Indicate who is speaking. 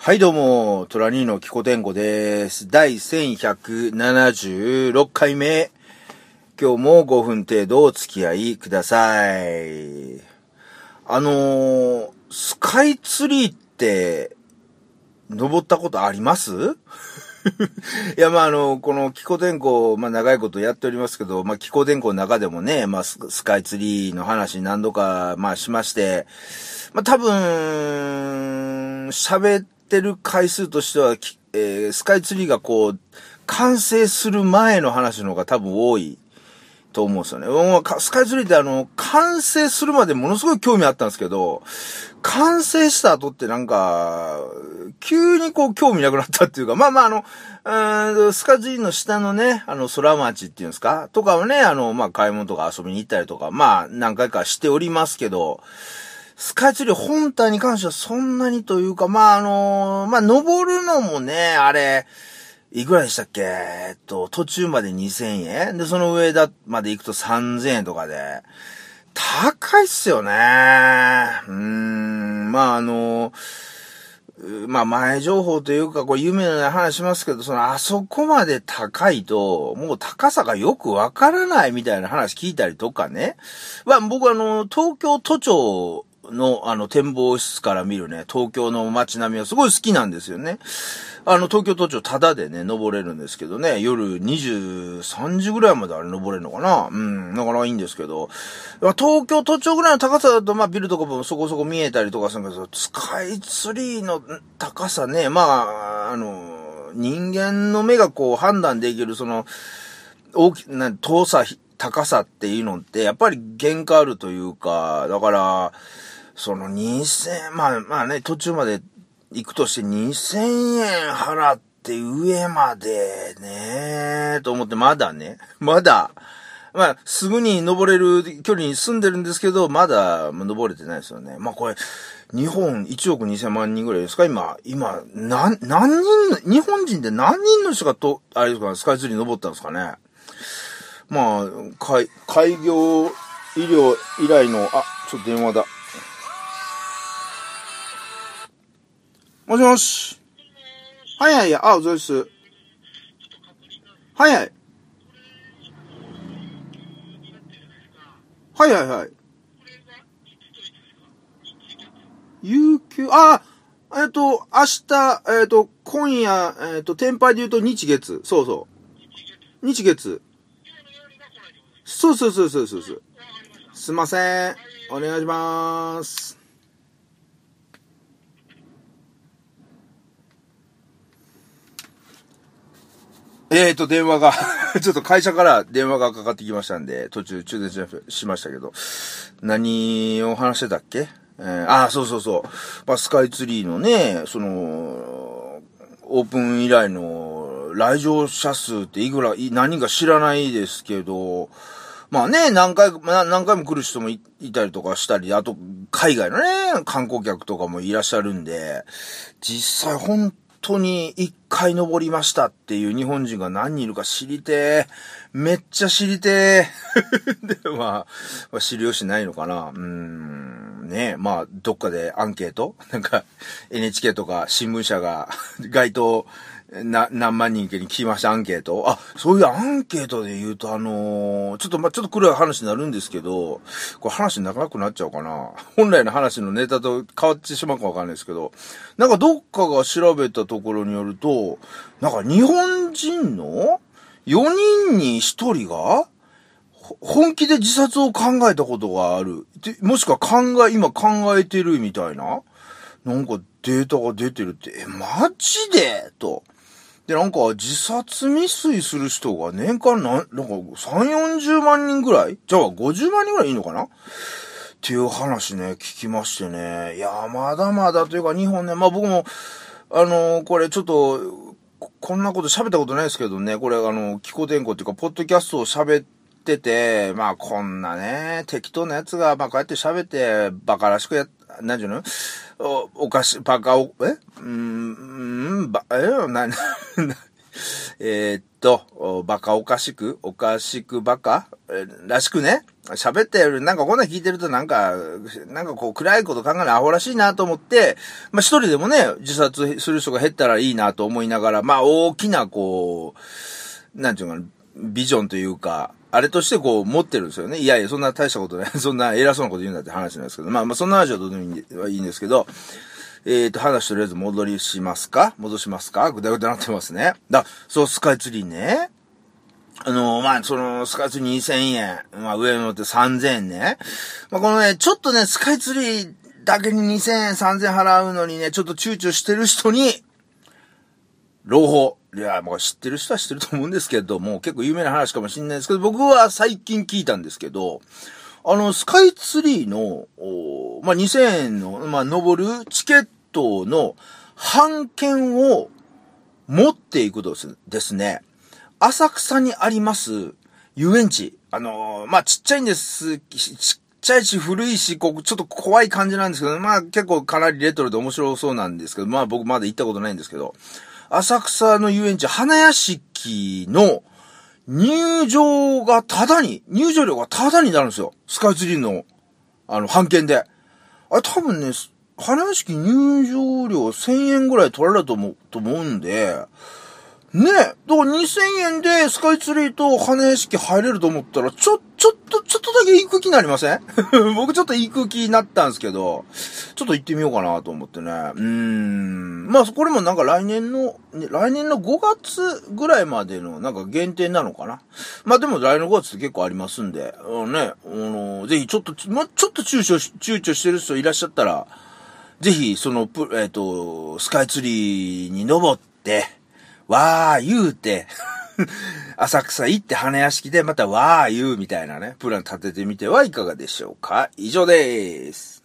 Speaker 1: はいどうも、トラニーのキコテンコです。第1176回目。今日も5分程度お付き合いください。スカイツリーって、登ったことありますいや、このキコテンコ、長いことやっておりますけど、キコテンコの中でもね、スカイツリーの話何度か、しまして、多分、喋ってる回数としては、スカイツリーが完成する前の話の方が多分多いと思うんですよね。スカイツリーって完成するまでものすごい興味あったんですけど、完成した後って急に興味なくなったっていうか、スカイツリーの下のね、空町っていうんですかとかはね、買い物とか遊びに行ったりとか、何回かしておりますけど、スカイツリー本体に関してはそんなにというか、登るのもね、あれ、いくらでしたっけ途中まで2000円で、その上まで行くと3000円とかで、高いっすよね。前情報というか、夢のない話しますけど、あそこまで高いと、もう高さがよくわからないみたいな話聞いたりとかね。僕東京都庁の展望室から見るね、東京の街並みはすごい好きなんですよね。東京都庁タダでね、登れるんですけどね、夜23時ぐらいまであれ登れるのかななかなかいいんですけど、東京都庁ぐらいの高さだと、ビルとかもそこそこ見えたりとかするんですけど、スカイツリーの高さね、人間の目が判断できる、遠さ、高さっていうのって、やっぱり限界あるというか、だから、途中まで行くとして2000円払って上までね、と思ってまだ、すぐに登れる距離に住んでるんですけど、まだ登れてないですよね。これ、日本1億2000万人ぐらいですか今、何人、日本人で何人の人があれですか、スカイツリー登ったんですかね。開業医療以来の、ちょっと電話だ。もしもし。はいはい、お疲れです。はいはい。はいはいはい。有給、明日、今夜、天杯で言うと日月。そうそう。日月。そう。すいません。お願いします。電話が、ちょっと会社から電話がかかってきましたんで、途中中断しましたけど、何を話してたっけそう。スカイツリーのね、オープン以来の来場者数って何か知らないですけど、何回も来る人もいたりとかしたり、あと、海外のね、観光客とかもいらっしゃるんで、実際本当に一回登りましたっていう日本人が何人いるか知りてー。めっちゃ知りてー。で、知る由ないのかな。どっかでアンケートNHK とか新聞社が街頭何万人に聞きましたアンケート。そういうアンケートで言うとちょっと暗い話になるんですけど、これ話長くなっちゃうかな。本来の話のネタと変わってしまうかわかんないですけど、どっかが調べたところによると、日本人の4人に1人が本気で自殺を考えたことがある。もしくは今考えてるみたいなデータが出てるって、マジでと。で、自殺未遂する人が年間3、40万人ぐらいじゃあ50万人ぐらいいいのかなっていう話ね、聞きましてね。いや、まだまだというか日本ね、僕も、これちょっと、こんなこと喋ったことないですけどね、これキコテンコっていうか、ポッドキャストを喋ってて、こんなね、適当なやつが、こうやって喋って、バカらしくなんていうのおかし、バカを、 バカおかしくバカらしくね、喋ってる、なんかこんな聞いてるとなんかこう暗いこと考えるのアホらしいなと思って、まあ一人でもね、自殺する人が減ったらいいなと思いながら、まあ大きなこう、なんていうのかな、ビジョンというか、あれとしてこう持ってるんですよね。いやいや、そんな大したことない。そんな偉そうなこと言うんだって話なんですけど、まあそんな話はどうでもいいんですけど、話とりあえず戻しますかぐだぐだなってますね。そう、スカイツリーね。まあ、その、スカイツリー2000円。まあ、上のって3000円ね。まあ、このね、ちょっとね、スカイツリーだけに2000円、3000円払うのにね、ちょっと躊躇してる人に、朗報。いや、もう知ってる人は知ってると思うんですけど、もう結構有名な話かもしれないですけど、僕は最近聞いたんですけど、スカイツリーの、まあ、2000円の、まあ、登るチケットの半券を持っていくとですね、浅草にあります遊園地。まあ、ちっちゃいんです。ちっちゃいし古いし、こう、ちょっと怖い感じなんですけど、まあ、結構かなりレトロで面白そうなんですけど、まあ、僕まだ行ったことないんですけど、浅草の遊園地、花屋敷の入場料がタダになるんですよ。スカイツリーの、半券で。あれ多分ね、花屋敷入場料1000円ぐらい取られると思うんで、ねえ。だから2000円でスカイツリーと花屋敷入れると思ったら、ちょっとだけ行く気になりません僕ちょっと行く気になったんですけど、ちょっと行ってみようかなと思ってね。まあ、これもなんか来年の5月ぐらいまでのなんか限定なのかな。まあでも来年5月って結構ありますんで、ぜひちょっと躊躇してる人いらっしゃったら、ぜひ、その、スカイツリーに登って、わー言うて、浅草行って花屋敷でまたわー言うみたいなね、プラン立ててみてはいかがでしょうか。以上です。